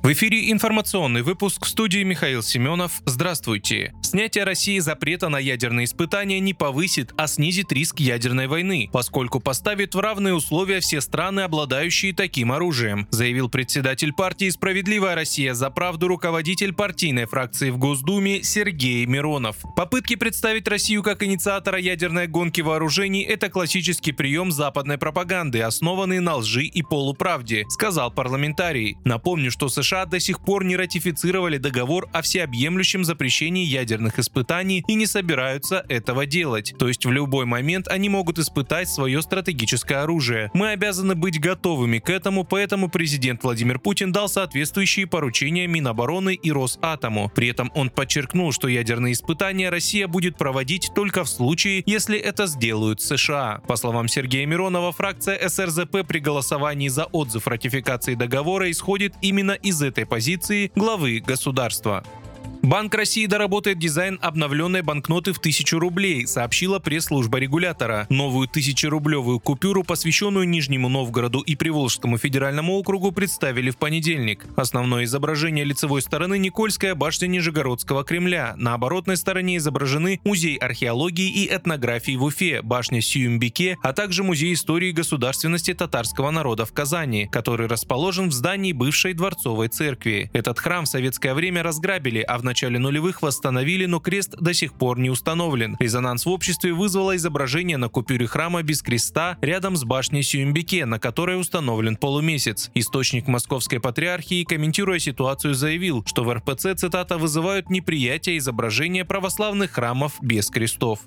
В эфире информационный выпуск, в студии Михаил Семенов. Здравствуйте. Снятие России запрета на ядерные испытания не повысит, а снизит риск ядерной войны, поскольку поставит в равные условия все страны, обладающие таким оружием, заявил председатель партии «Справедливая Россия за правду», руководитель партийной фракции в Госдуме Сергей Миронов. Попытки представить Россию как инициатора ядерной гонки вооружений – это классический прием западной пропаганды, основанный на лжи и полуправде, сказал парламентарий. Напомню, что США до сих пор не ратифицировали договор о всеобъемлющем запрещении ядерных испытаний и не собираются этого делать. То есть в любой момент они могут испытать свое стратегическое оружие. Мы обязаны быть готовыми к этому, поэтому президент Владимир Путин дал соответствующие поручения Минобороны и Росатому. При этом он подчеркнул, что ядерные испытания Россия будет проводить только в случае, если это сделают США. По словам Сергея Миронова, фракция СРЗП при голосовании за отзыв ратификации договора исходит именно из этой позиции главы государства. Банк России доработает дизайн обновленной банкноты в 1000 рублей, сообщила пресс-служба регулятора. Новую 1000-рублевую купюру, посвященную Нижнему Новгороду и Приволжскому федеральному округу, представили в понедельник. Основное изображение лицевой стороны – Никольская башня Нижегородского Кремля. На оборотной стороне изображены Музей археологии и этнографии в Уфе, башня Сююмбике, а также Музей истории и государственности татарского народа в Казани, который расположен в здании бывшей Дворцовой церкви. Этот храм в советское время разграбили, а в начале нулевых восстановили, но крест до сих пор не установлен. Резонанс в обществе вызвало изображение на купюре храма без креста рядом с башней Сююмбике, на которой установлен полумесяц. Источник Московской патриархии, комментируя ситуацию, заявил, что в РПЦ, цитата, «вызывают неприятие изображения православных храмов без крестов».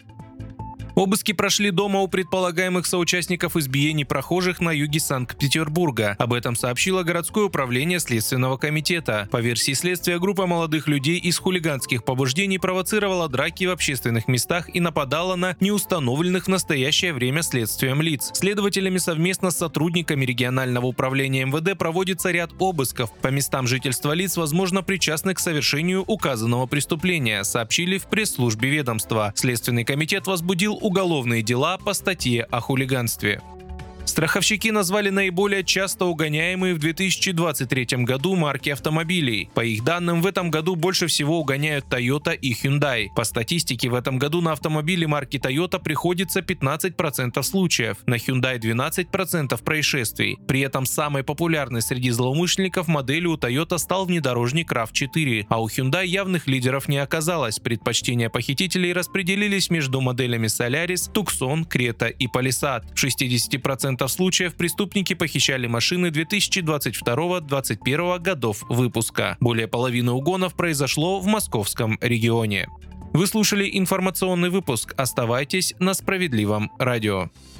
Обыски прошли дома у предполагаемых соучастников избиений прохожих на юге Санкт-Петербурга. Об этом сообщило городское управление Следственного комитета. По версии следствия, группа молодых людей из хулиганских побуждений провоцировала драки в общественных местах и нападала на неустановленных в настоящее время следствием лиц. Следователями совместно с сотрудниками регионального управления МВД проводится ряд обысков по местам жительства лиц, возможно, причастных к совершению указанного преступления, сообщили в пресс-службе ведомства. Следственный комитет возбудил уголовные дела по статье о хулиганстве. Страховщики назвали наиболее часто угоняемые в 2023 году марки автомобилей. По их данным, в этом году больше всего угоняют Toyota и Hyundai. По статистике, в этом году на автомобили марки Toyota приходится 15% случаев, на Hyundai 12% происшествий. При этом самой популярной среди злоумышленников моделью у Toyota стал внедорожник RAV4, а у Hyundai явных лидеров не оказалось. Предпочтения похитителей распределились между моделями Solaris, Tucson, Creta и Palisade. В 60% случаев преступники похищали машины 2022-2021 годов выпуска. Более половины угонов произошло в московском регионе. Вы слушали информационный выпуск. Оставайтесь на Справедливом радио.